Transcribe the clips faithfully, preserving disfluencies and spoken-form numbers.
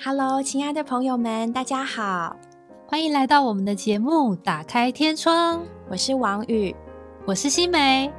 Hello， 亲爱的朋友们，大家好， 欢迎来到我们的节目打开天窗。 我是王宇， 我是新梅。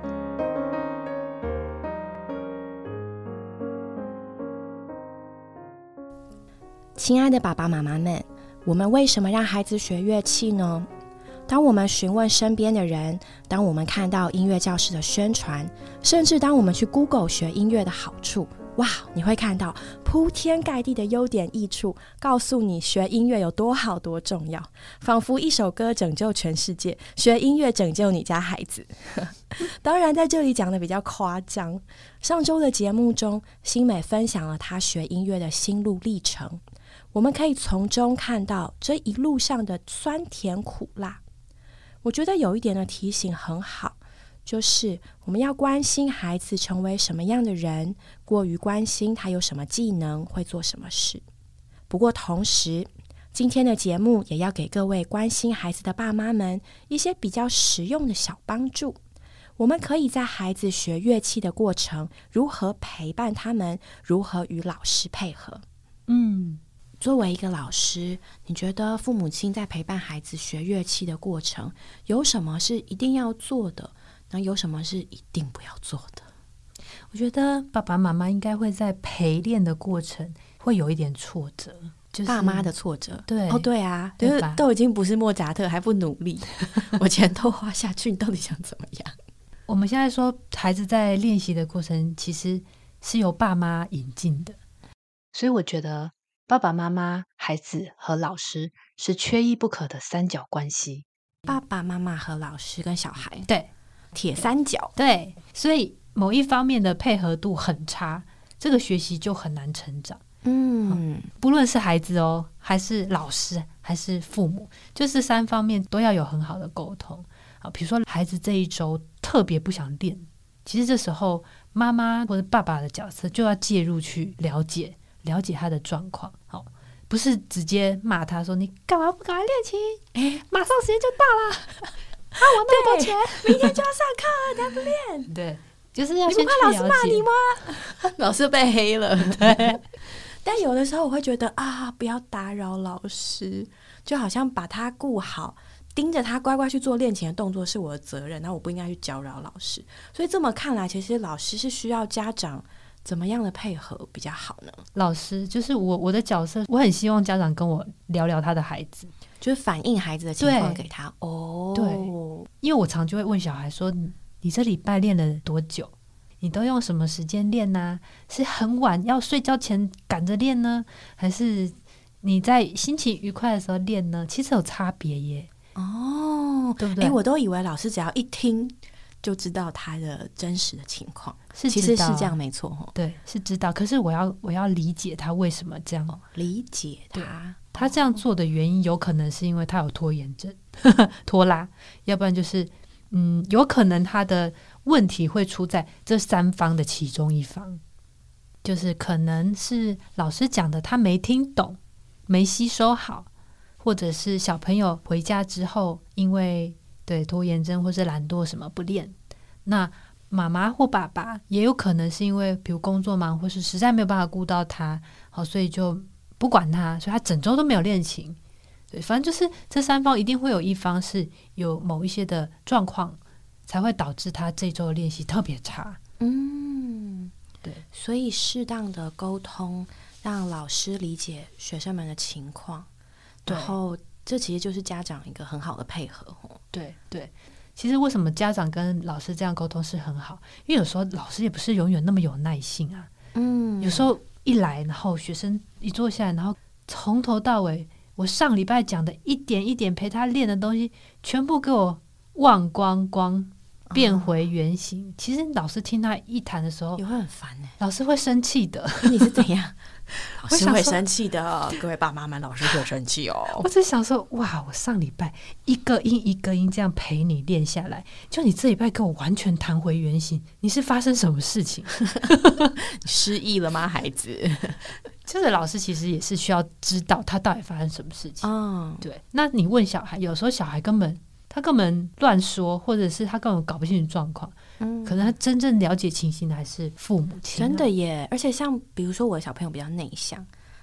亲爱的爸爸妈妈们，我们为什么让孩子学乐器呢？当我们询问身边的人，当我们看到音乐教室的宣传，甚至当我们去 Google 学音乐的好处，哇，你会看到铺天盖地的优点益处，告诉你学音乐有多好多重要，仿佛一首歌拯救全世界，学音乐拯救你家孩子。当然在这里讲的比较夸张，上周的节目中，新美分享了她学音乐的心路历程，我们可以从中看到这一路上的酸甜苦辣。我觉得有一点的提醒很好，就是我们要关心孩子成为什么样的人，过于关心他有什么技能，会做什么事。不过同时，今天的节目也要给各位关心孩子的爸妈们一些比较实用的小帮助。我们可以在孩子学乐器的过程，如何陪伴他们，如何与老师配合。嗯，作为一个老师，你觉得父母亲在陪伴孩子学乐器的过程，有什么是一定要做的，那有什么是一定不要做的？ 我觉得爸爸妈妈应该会在陪练的过程会有一点挫折，就是爸妈的挫折。 对哦，对啊， 对就是都已经不是莫扎特还不努力，我钱都花下去，你到底想怎么样？ 我们现在说孩子在练习的过程其实是由爸妈引进的，所以我觉得爸爸妈妈、孩子和老师是缺一不可的三角关系。 爸爸妈妈和老师跟小孩， 对， 铁三角。 对，所以某一方面的配合度很差，这个学习就很难成长。嗯，不论是孩子哦，还是老师，还是父母，就是三方面都要有很好的沟通。好，比如说孩子这一周特别不想练，其实这时候妈妈或者爸爸的角色就要介入去了解了解他的状况。好，不是直接骂他说你干嘛不赶快练琴？哎，马上时间就到了，花我那么多钱， 明天就要上课，你还不练？ 对，就是要先去了解。 你不怕老师骂你吗？老师被黑了。对。但有的时候我会觉得啊，不要打扰老师，就好像把他顾好，盯着他乖乖去做练琴的动作是我的责任，然后我不应该去搅扰老师。所以这么看来，其实老师是需要家长怎么样的配合比较好呢？ 老师就是我我的角色，我很希望家长跟我聊聊他的孩子， 就是反映孩子的情况给他。哦， 对，因为我常就会问小孩说，你这礼拜练了多久？你都用什么时间练啊？是很晚要睡觉前赶着练呢，还是你在心情愉快的时候练呢？其实有差别耶。 哦， 对不对？ 欸，我都以为老师只要一听就知道他的真实的情况， 是其实是这样没错。 对，是知道。可是我要我要理解他为什么这样。哦， 理解他， 他这样做的原因有可能是因为他有拖延症拖拉，要不然就是嗯，有可能他的问题会出在这三方的其中一方，就是可能是老师讲的他没听懂，没吸收好，或者是小朋友回家之后因为对拖延症或是懒惰什么不练，那妈妈或爸爸也有可能是因为比如工作忙或是实在没有办法顾到他，好，所以就不管他，所以他整周都没有练琴。对，反正就是这三方一定会有一方是有某一些的状况，才会导致他这周的练习特别差。 嗯， 对， 所以适当的沟通，让老师理解学生们的情况，然后这其实就是家长一个很好的配合。 对对，其实为什么家长跟老师这样沟通是很好，因为有时候老师也不是永远那么有耐性啊。嗯，有时候一来，然后学生一坐下来，然后从头到尾我上礼拜讲的一点一点陪他练的东西全部给我忘光光，变回原形。哦，其实老师听他一谈的时候也会很烦耶， 老师会生气的。 你是怎样？老师会生气的，各位爸妈们，老师会生气哦。 我只想说，哇，我上礼拜一个音一个音这样陪你练下来，就你这礼拜给我完全弹回原形，你是发生什么事情？ 你失忆了吗，孩子？ 就是老师其实也是需要知道他到底发生什么事情。嗯，对。那你问小孩，有时候小孩根本他根本乱说，或者是他根本搞不清楚状况。嗯，可能他真正了解情形的还是父母亲。 真的耶！而且像比如说我的小朋友比较内向，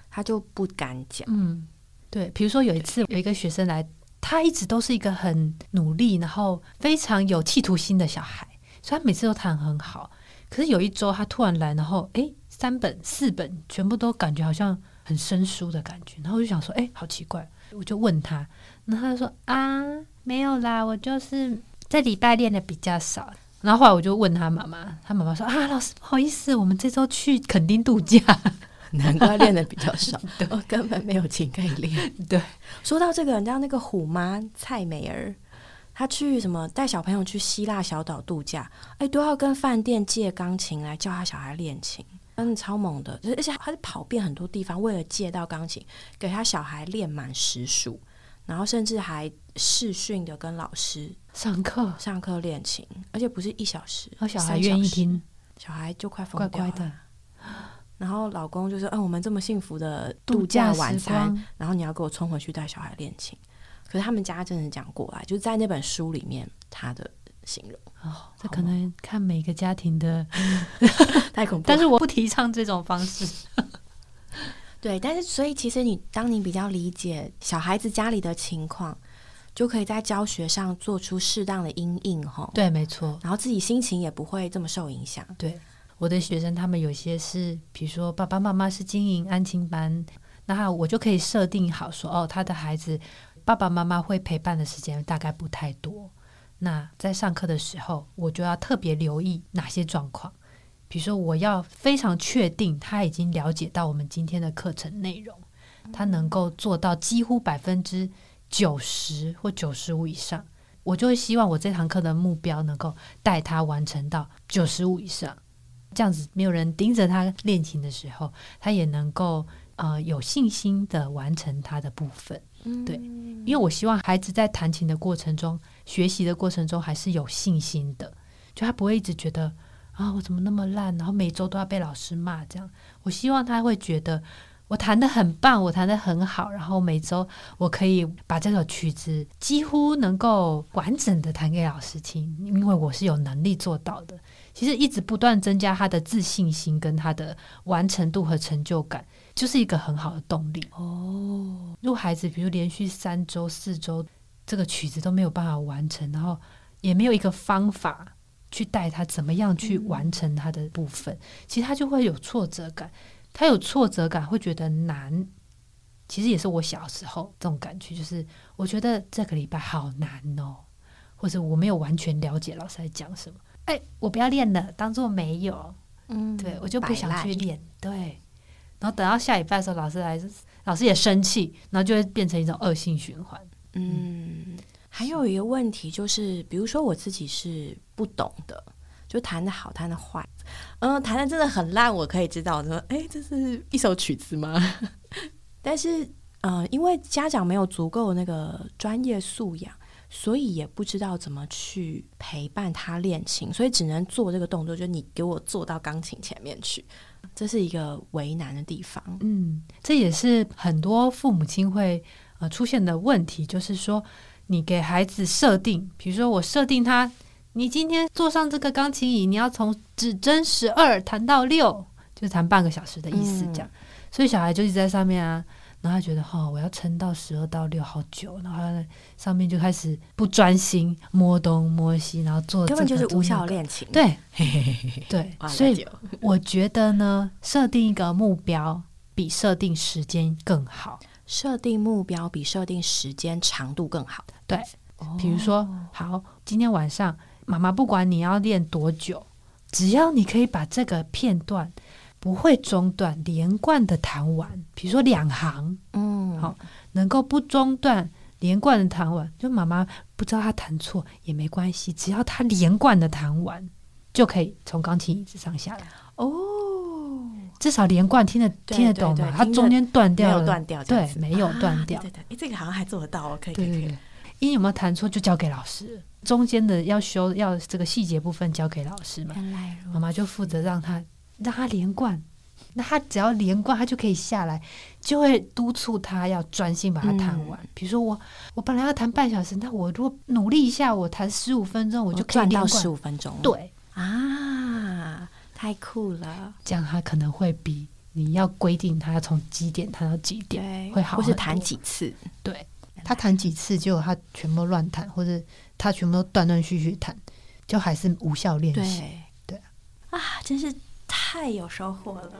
他就不敢讲。 嗯，对，比如说有一次有一个学生来，他一直都是一个很努力然后非常有企图心的小孩，所以他每次都弹很好。可是有一周他突然来，然后诶三本四本全部都感觉好像很生疏的感觉，然后我就想说诶好奇怪，我就问他，然后他就说啊没有啦，我就是这礼拜练的比较少。然后后来我就问他妈妈，他妈妈说啊老师不好意思，我们这周去垦丁度假。 难怪练的比较少我根本没有琴可以练。 对， 说到这个，你知道那个虎妈蔡美儿，她去什么带小朋友去希腊小岛度假，哎，都要跟饭店借钢琴来教他小孩练琴，真的超猛的。而且他是跑遍很多地方，为了借到钢琴，给他小孩练满时数，然后甚至还视讯的跟老师上课上课练琴，而且不是一小时， 然后小孩愿意听， 小孩就快疯掉了， 乖乖的。 然后老公就说：“嗯，我们这么幸福的度假晚餐，然后你要给我冲回去带小孩练琴。”可是他们家真的讲过来，就是在那本书里面他的形容。 哦，这可能看每个家庭的， 太恐怖了。 但是我不提倡这种方式。 对，但是所以其实你当你比较理解小孩子家里的情况，就可以在教学上做出适当的因应吼。 对，没错。 然后自己心情也不会这么受影响。 对。我的学生他们有些是比如说爸爸妈妈是经营安亲班，那我就可以设定好说哦，他的孩子爸爸妈妈会陪伴的时间大概不太多，那在上课的时候我就要特别留意哪些状况，比如说我要非常确定他已经了解到我们今天的课程内容，他能够做到几乎百分之九十或九十五以上，我就会希望我这堂课的目标能够带他完成到九十五以上，这样子没有人盯着他练琴的时候，他也能够呃有信心的完成他的部分。对，因为我希望孩子在弹琴的过程中，学习的过程中还是有信心的，就他不会一直觉得啊我怎么那么烂，然后每周都要被老师骂这样。我希望他会觉得我弹得很棒，我弹得很好，然后每周我可以把这首曲子几乎能够完整的弹给老师听，因为我是有能力做到的。其实一直不断增加他的自信心跟他的完成度和成就感，就是一个很好的动力。哦，如果孩子比如连续三周四周这个曲子都没有办法完成，然后也没有一个方法去带他怎么样去完成他的部分，嗯、其实他就会有挫折感。他有挫折感会觉得难，其实也是我小时候这种感觉，就是我觉得这个礼拜好难哦，或者我没有完全了解老师在讲什么，哎，我不要练了，当作没有，嗯，对，我就不想去练，对，然后等到下礼拜的时候，老师来，老师也生气，然后就会变成一种恶性循环。 嗯，嗯还有一个问题就是，比如说我自己是不懂的，就弹得好，弹得坏，嗯，弹得真的很烂，我可以知道说，哎，这是一首曲子吗？但是，呃，因为家长没有足够那个专业素养，所以也不知道怎么去陪伴他练琴，所以只能做这个动作，就是你给我坐到钢琴前面去，这是一个为难的地方。 嗯，这也是很多父母亲会呃出现的问题，就是说你给孩子设定，比如说我设定他，你今天坐上这个钢琴椅，你要从指针十二弹到六，就是弹半个小时的意思，这样、嗯，所以小孩就一直在上面啊。然后他觉得哦，我要撑到十二到六好久，然后他上面就开始不专心，摸东摸西，然后做这个， 根本就是无效练琴。 对对，所以我觉得呢，设定一个目标比设定时间更好。 设定目标比设定时间长度更好。 对，哦、比如说，好，今天晚上妈妈不管你要练多久，只要你可以把这个片段不会中断，连贯的弹完，比如说两行，嗯，好，能够不中断，连贯的弹完，就妈妈不知道她弹错也没关系，只要她连贯的弹完，就可以从钢琴椅子上下来。哦，至少连贯听得听得懂吗？它中间断掉了， 没有断掉， 对，没有断掉。 啊、对对对，这个好像还做得到，可以可以可以。 因为有没有弹错就交给老师，中间的要修要这个细节部分交给老师嘛，妈妈就负责让他。让他连贯，那他只要连贯，他就可以下来，就会督促他要专心把它弹完。嗯、比如说我，我本来要弹半小时，那我如果努力一下，我弹十五分钟，我就可以赚到十五分钟。 对啊，太酷了！ 这样他可能会比你要规定他从几点弹到几点会好很多， 或是弹几次。 对，他弹几次结果他全部乱弹，或者他全部都断断续续弹，就还是无效练习。对，对啊，真是太有收获了。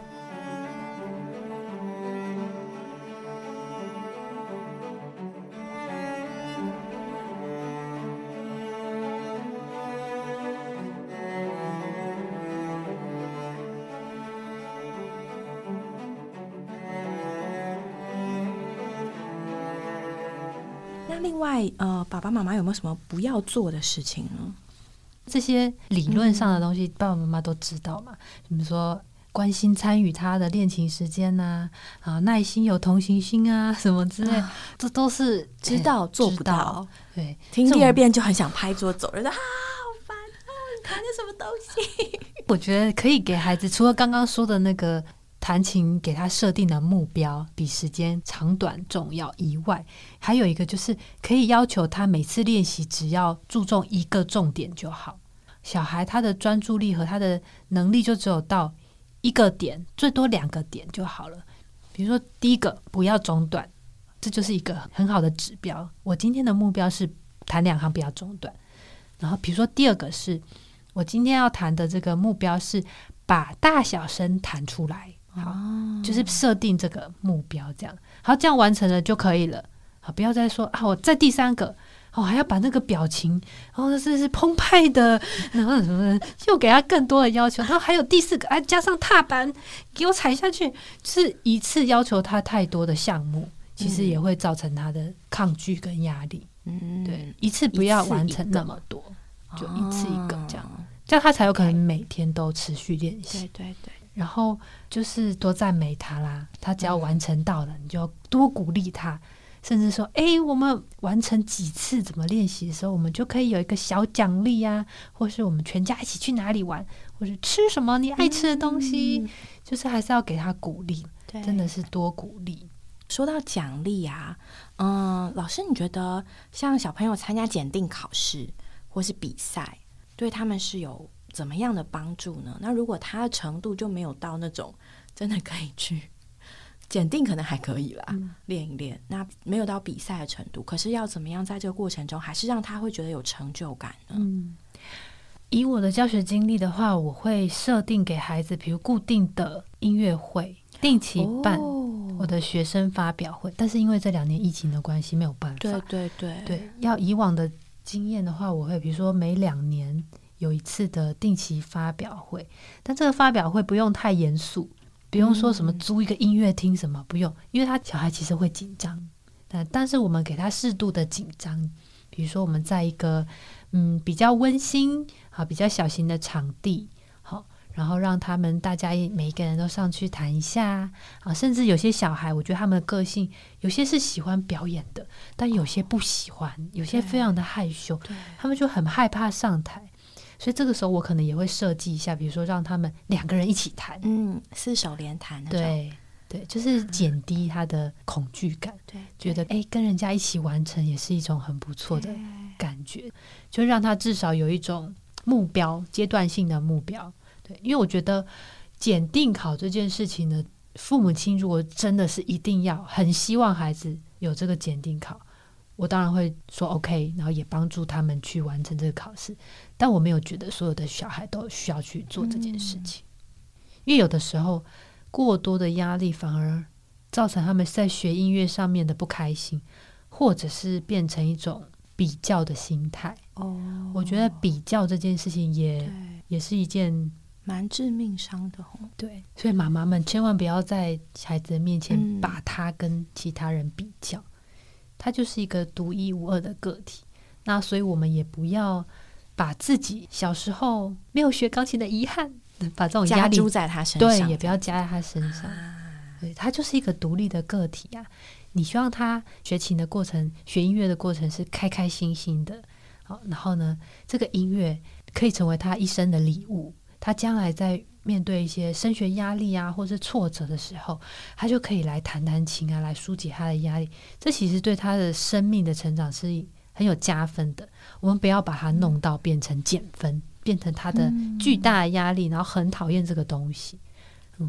那另外，呃，爸爸妈妈有没有什么不要做的事情呢？ 这些理论上的东西，嗯、爸爸妈妈都知道嘛。比如说，关心参与他的练琴时间呐、啊，啊，耐心有同情心啊，什么之类，啊、这都是知道做不到。 对， 听第二遍就很想拍桌走人，啊，好烦哦！你弹的什么东西？ 我觉得可以给孩子，除了刚刚说的那个。弹琴给他设定的目标比时间长短重要以外，还有一个就是可以要求他每次练习只要注重一个重点就好。小孩他的专注力和他的能力就只有到一个点，最多两个点就好了。比如说第一个不要中断，这就是一个很好的指标。我今天的目标是弹两行不要中断。然后比如说第二个是我今天要弹的这个目标是把大小声弹出来。好，就是设定这个目标，这样好，这样完成了就可以了。好，不要再说啊，我在第三个，哦，还要把那个表情，哦，这是澎湃的，然后什么，又给他更多的要求。然后还有第四个，哎，加上踏板，给我踩下去，就是一次要求他太多的项目，其实也会造成他的抗拒跟压力。嗯，对，一次不要完成那么多，就一次一个这样，这样他才有可能每天都持续练习。 对对对。 然后就是多赞美他啦，他只要完成到了，你就多鼓励他，甚至说，哎，我们完成几次怎么练习的时候，我们就可以有一个小奖励啊，或是我们全家一起去哪里玩，或是吃什么你爱吃的东西，嗯、就是还是要给他鼓励，真的是多鼓励。 说到奖励啊，嗯，老师，你觉得像小朋友参加检定考试或是比赛，对他们是有怎么样的帮助呢？那如果他的程度就没有到那种真的可以去检定，可能还可以啦，嗯、练一练，那没有到比赛的程度，可是要怎么样在这个过程中还是让他会觉得有成就感呢？嗯， 以我的教学经历的话，我会设定给孩子比如固定的音乐会，定期办我的学生发表会，哦、但是因为这两年疫情的关系没有办法。 对对对对，要以往的经验的话，我会比如说每两年有一次的定期发表会，但这个发表会不用太严肃，不用说什么租一个音乐厅什么，不用，因为他小孩其实会紧张，但但是我们给他适度的紧张，比如说我们在一个嗯比较温馨好比较小型的场地，好，然后让他们大家每一个人都上去弹一下啊，甚至有些小孩我觉得他们的个性有些是喜欢表演的，但有些不喜欢，有些非常的害羞，他们就很害怕上台。所以这个时候我可能也会设计一下，比如说让他们两个人一起弹， 嗯，四手联弹那种， 对对，就是减低他的恐惧感，对，觉得哎跟人家一起完成也是一种很不错的感觉，就让他至少有一种目标，阶段性的目标，对，因为我觉得检定考这件事情呢，父母亲如果真的是一定要很希望孩子有这个检定考，我当然会说 OK， 然后也帮助他们去完成这个考试，但我没有觉得所有的小孩都需要去做这件事情，嗯、因为有的时候过多的压力反而造成他们在学音乐上面的不开心，或者是变成一种比较的心态。哦，我觉得比较这件事情也也是一件蛮致命伤的。 对，所以妈妈们千万不要在孩子的面前把他跟其他人比较。嗯，他就是一个独一无二的个体，那所以我们也不要把自己小时候没有学钢琴的遗憾，把这种压力加诸在他身上， 对，也不要加在他身上。啊、对，他就是一个独立的个体啊！你希望他学琴的过程、学音乐的过程是开开心心的，好，然后呢，这个音乐可以成为他一生的礼物。他将来在面对一些升学压力啊，或是挫折的时候，他就可以来弹弹琴啊，来疏解他的压力。这其实对他的生命的成长是很有加分的。我们不要把它弄到变成减分，变成他的巨大的压力，然后很讨厌这个东西。嗯，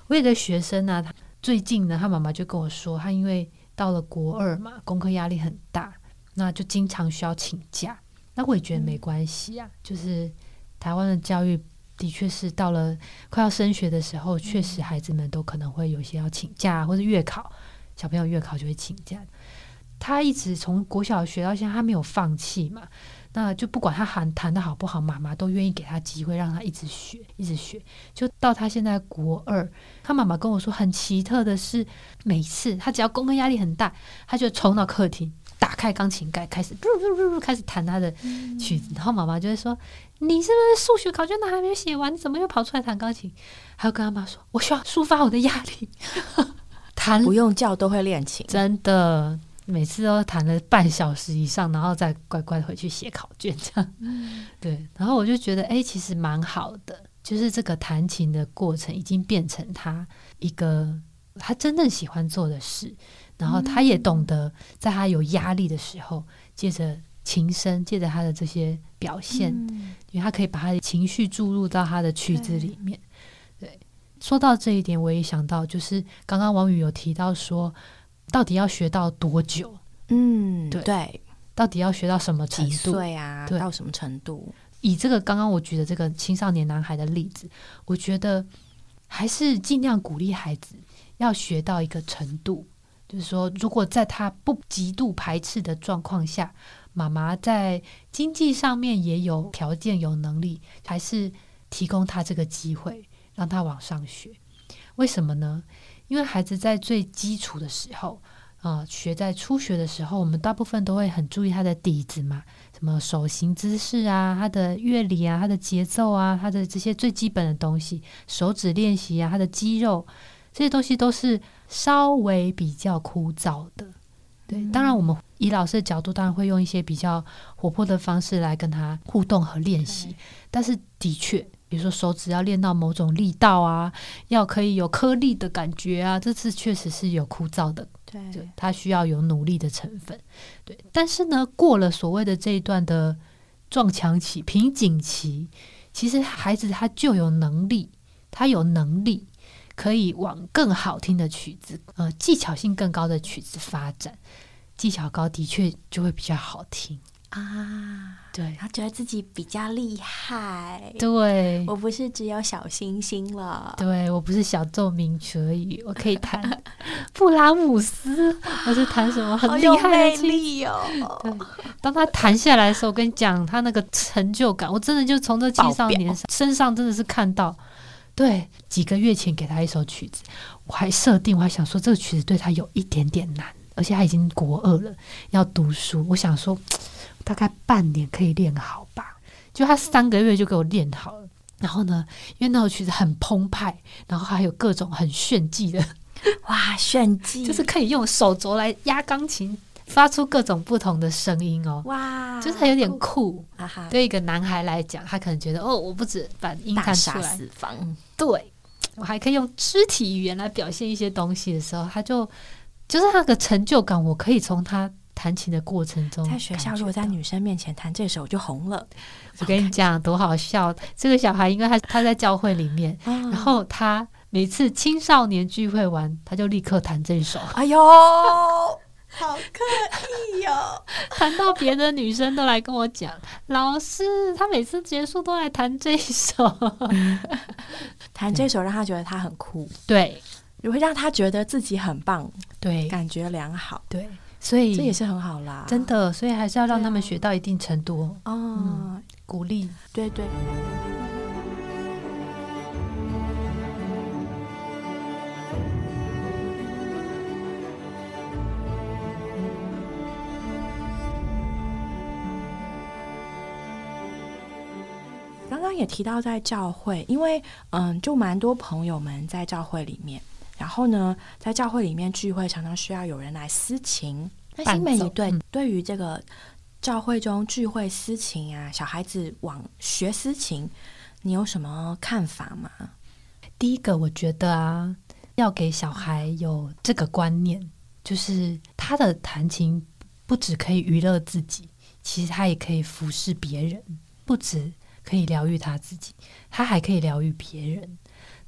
我有个学生啊，他最近呢，他妈妈就跟我说，他因为到了国二嘛，功课压力很大，那就经常需要请假。那我也觉得没关系啊，嗯、就是台湾的教育的确是到了快要升学的时候，确实孩子们都可能会有些要请假，或者月考，小朋友月考就会请假。他一直从国小学到现在，他没有放弃嘛。那就不管他弹弹的好不好，妈妈都愿意给他机会，让他一直学，一直学。就到他现在国二，他妈妈跟我说，很奇特的是，每次他只要功课压力很大，他就冲到客厅，打开钢琴盖，开始开始弹他的曲子。然后妈妈就会说：“你是不是数学考卷都还没写完？你怎么又跑出来弹钢琴？”还有跟他妈说：“我需要抒发我的压力。”弹不用教都会练琴， 真的。每次都弹了半小时以上，然后再乖乖回去写考卷这样、嗯、对，然后我就觉得哎、欸，其实蛮好的，就是这个弹琴的过程已经变成他一个他真正喜欢做的事，然后他也懂得在他有压力的时候，借着琴声，借着他的这些表现、嗯、因为他可以把他的情绪注入到他的曲子里面。 对, 对，说到这一点，我也想到就是刚刚王宇有提到说到底要学到多久？ 嗯， 对, 对，到底要学到什么程度？几岁啊？到什么程度？ 以这个刚刚我举的这个青少年男孩的例子，我觉得还是尽量鼓励孩子要学到一个程度，就是说，如果在他不极度排斥的状况下，妈妈在经济上面也有条件、有能力，还是提供他这个机会，让他往上学。为什么呢？因为孩子在最基础的时候、呃、学在初学的时候，我们大部分都会很注意他的底子嘛，什么手型姿势啊，他的乐理啊，他的节奏啊，他的这些最基本的东西，手指练习啊，他的肌肉，这些东西都是稍微比较枯燥的。对，当然我们以老师的角度，当然会用一些比较活泼的方式来跟他互动和练习，但是的确比如说手指要练到某种力道啊，要可以有颗粒的感觉啊，这次确实是有枯燥的，对，它需要有努力的成分。对，但是呢，过了所谓的这一段的撞墙期、瓶颈期，其实孩子他就有能力，他有能力可以往更好听的曲子，呃，技巧性更高的曲子发展。技巧高的确就会比较好听啊， 对， 他觉得自己比较厉害， 对， 我不是只有小星星了， 对，我不是小奏鸣曲而已，我可以弹布拉姆斯，我是弹什么很厉害的曲子哦。对，当他弹下来的时候，我跟你讲，他那个成就感，我真的就从这青少年身上真的是看到。对，几个月前给他一首曲子，我还设定，我还想说这个曲子对他有一点点难，而且他已经国二了，要读书，我想说大概半年可以练好吧，就他三个月就给我练好了。然后呢，因为那首曲子很澎湃，然后还有各种很炫技的， 哇，炫技就是可以用手肘来压钢琴，发出各种不同的声音哦， 哇， 就是还有点酷。 啊哈， 对一个男孩来讲，他可能觉得哦，我不止把音弹出来， 大杀四方， 对，我还可以用肢体语言来表现一些东西的时候，他就就是那个成就感，我可以从他弹琴的过程中， 在学校如果在女生面前弹这首就红了。 我跟你讲多好笑，这个小孩因为他他在教会里面、哦、然后他每次青少年聚会完，他就立刻弹这首， 哎呦好刻意哦， 弹到别的女生都来跟我讲，老师他每次结束都来弹这首弹这首让他觉得他很酷， 对， 会让他觉得自己很棒， 对， 感觉良好， 对，所以这也是很好啦， 真的，所以还是要让他们学到一定程度哦、嗯，鼓励， 对对。刚刚也提到在教会，因为嗯，就蛮多朋友们在教会里面，然后呢，在教会里面聚会常常需要有人来司琴。那新美，你对、嗯、对于这个教会中聚会司琴啊，小孩子往学司琴，你有什么看法吗？ 第一个，我觉得啊，要给小孩有这个观念，就是他的弹琴不只可以娱乐自己，其实他也可以服侍别人，不止可以疗愈他自己，他还可以疗愈别人。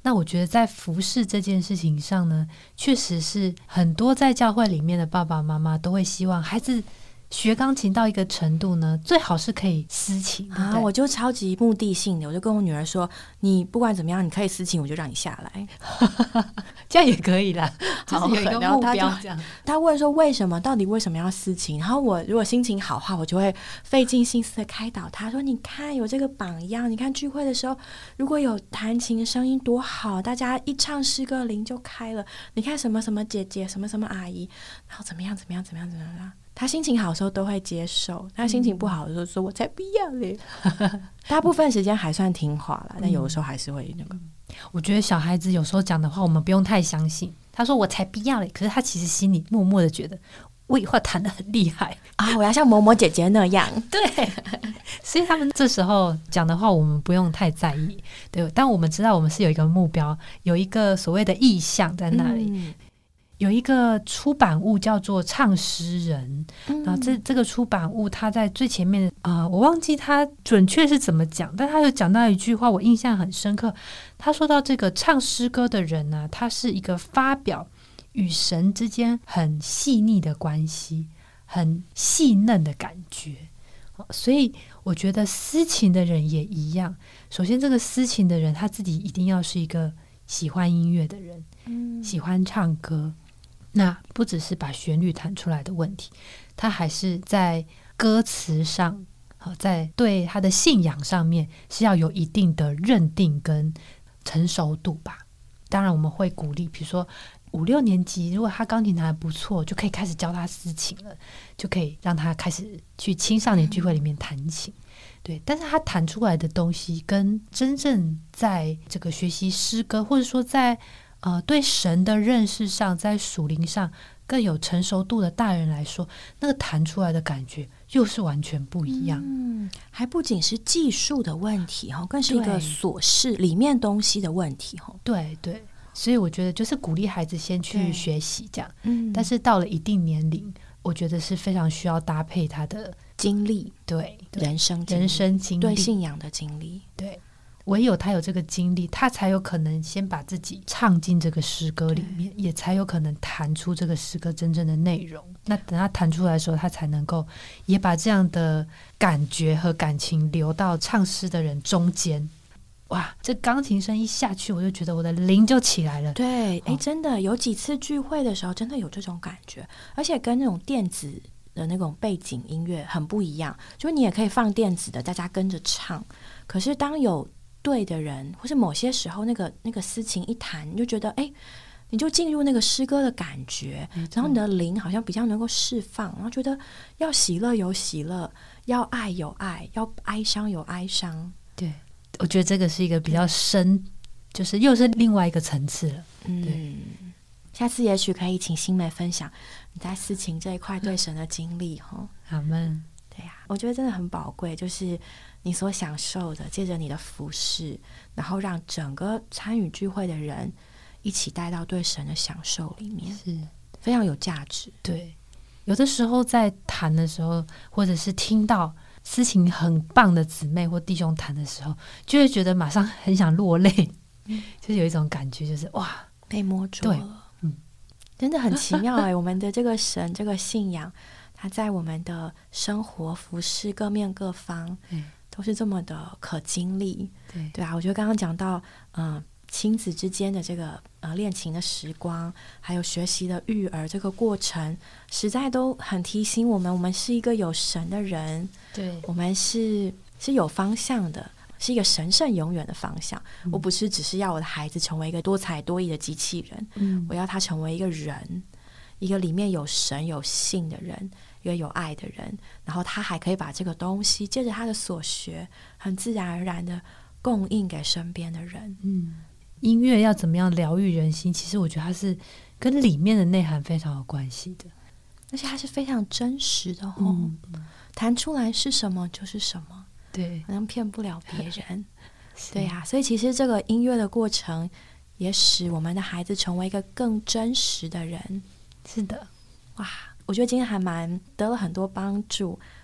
那我觉得在服侍这件事情上呢，确实是很多在教会里面的爸爸妈妈都会希望孩子学钢琴到一个程度呢，最好是可以私琴啊！我就超级目的性的，我就跟我女儿说，你不管怎么样，你可以私琴，我就让你下来， 这样也可以啦，就是有一个目标这样。 他问说为什么，到底为什么要私琴？然后我如果心情好的话，我就会费尽心思的开导他说，你看有这个榜样，你看聚会的时候如果有弹琴的声音多好，大家一唱诗歌铃就开了，你看什么什么姐姐，什么什么阿姨，然后怎么样怎么样怎么样怎么样，他心情好的时候都会接受，他心情不好的时候说我才不要嘞大部分时间还算听话啦，但有的时候还是会那个、嗯、 我觉得小孩子有时候讲的话我们不用太相信，他说我才不要嘞，可是他其实心里默默的觉得我以后弹得很厉害啊，我要像某某姐姐那样对，所以他们这时候讲的话我们不用太在意，对，但我们知道我们是有一个目标，有一个所谓的意向在那里、嗯，有一个出版物叫做唱诗人、嗯、然后这这个出版物它在最前面呃，我忘记它准确是怎么讲，但他有讲到一句话我印象很深刻，他说到这个唱诗歌的人呢、啊，他是一个发表与神之间很细腻的关系，很细嫩的感觉，所以我觉得私琴的人也一样，首先这个私琴的人他自己一定要是一个喜欢音乐的人、嗯、喜欢唱歌，那不只是把旋律弹出来的问题，他还是在歌词上，在对他的信仰上面是要有一定的认定跟成熟度吧。当然我们会鼓励，比如说五六年级如果他钢琴弹得不错，就可以开始教他私琴了，就可以让他开始去青少年聚会里面弹琴、嗯、对，但是他弹出来的东西跟真正在这个学习诗歌或者说在呃，对神的认识上，在属灵上更有成熟度的大人来说，那个弹出来的感觉又是完全不一样。 嗯，还不仅是技术的问题，更是一个琐事里面东西的问题。 对对，所以我觉得就是鼓励孩子先去学习这样、嗯、但是到了一定年龄，我觉得是非常需要搭配他的经历， 对， 对人生经历， 人生经历， 对信仰的经历， 对，唯有他有这个经历，他才有可能先把自己唱进这个诗歌里面，也才有可能弹出这个诗歌真正的内容。那等他弹出来的时候，他才能够也把这样的感觉和感情流到唱诗的人中间。哇，这钢琴声一下去，我就觉得我的灵就起来了。 对，哎、哦，真的有几次聚会的时候，真的有这种感觉，而且跟那种电子的那种背景音乐很不一样。就你也可以放电子的，大家跟着唱，可是当有对的人，或是某些时候那个那个私琴一弹，你就觉得哎，你就进入那个诗歌的感觉，然后你的灵好像比较能够释放，然后觉得要喜乐有喜乐，要爱有爱，要哀伤有哀伤。 对，我觉得这个是一个比较深，就是又是另外一个层次了。 嗯，下次也许可以请欣湄分享你在私琴这一块对神的经历。 好们， 对呀、啊，我觉得真的很宝贵，就是你所享受的，借着你的服事，然后让整个参与聚会的人一起带到对神的享受里面， 是非常有价值。 对，有的时候在弹的时候，或者是听到私琴很棒的姊妹或弟兄弹的时候，就会觉得马上很想落泪、嗯、就是有一种感觉，就是哇， 被摸着了。嗯，真的很奇妙哎，我们的这个神，这个信仰，它在我们的生活、服事各面各方，都是这么的可经历。对对啊，我觉得刚刚讲到，嗯、呃，亲子之间的这个呃练琴的时光，还有学习的育儿这个过程，实在都很提醒我们，我们是一个有神的人， 对， 我们是是有方向的，是一个神圣永远的方向。嗯、我不是只是要我的孩子成为一个多才多艺的机器人，嗯、我要他成为一个人，一个里面有神有信的人，一个有爱的人，然后他还可以把这个东西借着他的所学，很自然而然的供应给身边的人。 嗯，音乐要怎么样疗愈人心，其实我觉得它是跟里面的内涵非常有关系的， 而且它是非常真实的、哦嗯、弹出来是什么就是什么， 对， 好像骗不了别人对呀、啊，所以其实这个音乐的过程也使我们的孩子成为一个更真实的人。 是的， 哇，我觉得今天还蛮得了很多帮助，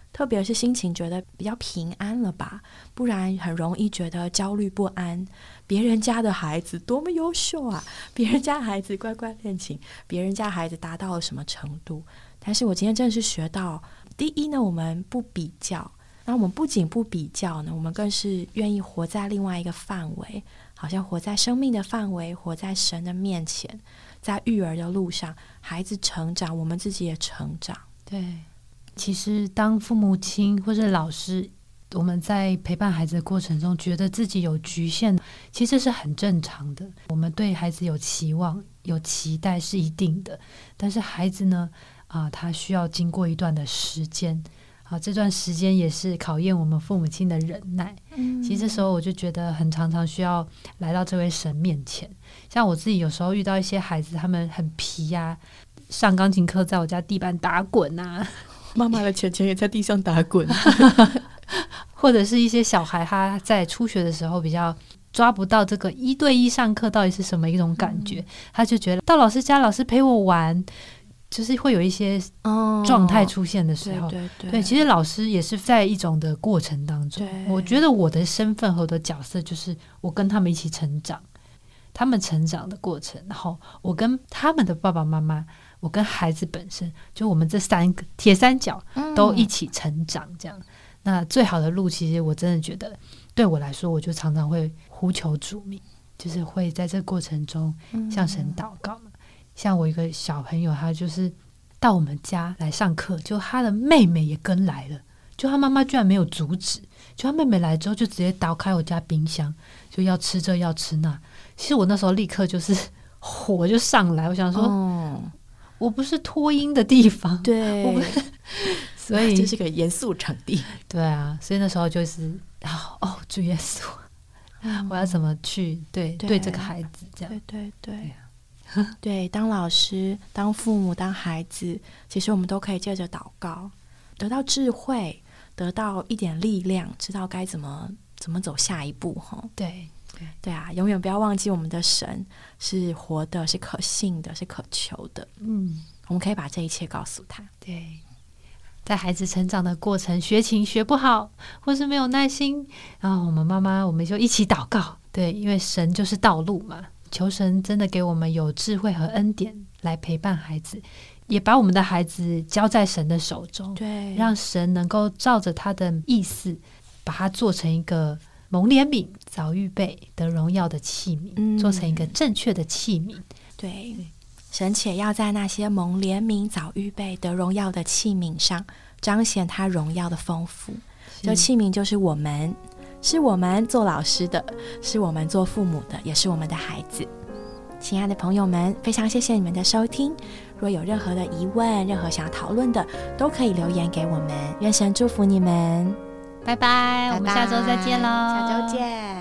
特别是心情觉得比较平安了吧，不然很容易觉得焦虑不安。别人家的孩子多么优秀啊，别人家孩子乖乖练琴，别人家孩子达到了什么程度。但是我今天真的是学到，第一呢，我们不比较，那我们不仅不比较呢，我们更是愿意活在另外一个范围，好像活在生命的范围，活在神的面前，在育儿的路上，孩子成长，我们自己也成长。 对，其实当父母亲或者老师，我们在陪伴孩子的过程中觉得自己有局限，其实是很正常的。我们对孩子有期望有期待是一定的，但是孩子呢啊，他需要经过一段的时间啊，这段时间也是考验我们父母亲的忍耐。嗯，其实这时候我就觉得很常常需要来到这位神面前。像我自己有时候遇到一些孩子，他们很皮呀、啊，上钢琴课在我家地板打滚啊， 妈妈的钱钱也在地上打滚或者是一些小孩他在初学的时候比较抓不到这个一对一上课到底是什么一种感觉、嗯、他就觉得到老师家老师陪我玩，就是会有一些状态出现的时候、哦、对对对，对，其实老师也是在一种的过程当中，我觉得我的身份和我的角色就是我跟他们一起成长，他们成长的过程，然后我跟他们的爸爸妈妈，我跟孩子本身，就我们这三个铁三角都一起成长这样、嗯、那最好的路其实我真的觉得对我来说，我就常常会呼求主名，就是会在这个过程中向神祷告嘛、嗯、像我一个小朋友，他就是到我们家来上课，就他的妹妹也跟来了，就他妈妈居然没有阻止，就他妹妹来之后就直接打开我家冰箱，就要吃这要吃那。其实我那时候立刻就是火就上来，我想说、哦、我不是托婴的地方， 对， 我不是，所以这是个严肃场地， 对啊，所以那时候就是哦，主耶稣、嗯、我要怎么去 对 对, 对这个孩子这样， 对对对对对，当老师当父母当孩子，其实我们都可以借着祷告得到智慧，得到一点力量，知道该怎么怎么走下一步。 对对对啊，永远不要忘记我们的神是活的，是可信的，是可求的。嗯，我们可以把这一切告诉他。 对，在孩子成长的过程，学琴学不好或是没有耐心，然后我们妈妈我们就一起祷告。对，因为神就是道路嘛，求神真的给我们有智慧和恩典来陪伴孩子，也把我们的孩子交在神的手中， 对， 让神能够照着他的意思把它做成一个蒙怜悯早预备得荣耀的器皿、嗯、做成一个正确的器皿。 对, 对，神且要在那些蒙怜悯早预备得荣耀的器皿上彰显他荣耀的丰富。这器皿就是我们，是我们做老师的，是我们做父母的，也是我们的孩子。亲爱的朋友们，非常谢谢你们的收听，若有任何的疑问，任何想要讨论的，都可以留言给我们。愿神祝福你们， 拜拜，我们下周再见咯， 下周见。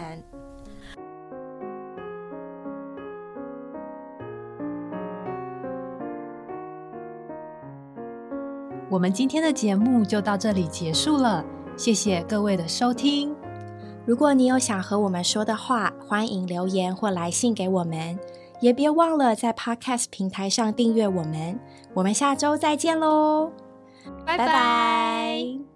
我们今天的节目就到这里结束了，谢谢各位的收听。 如果你有想和我们说的话，欢迎留言或来信给我们，也别忘了在 Podcast 平台上订阅我们。我们下周再见咯， 拜拜。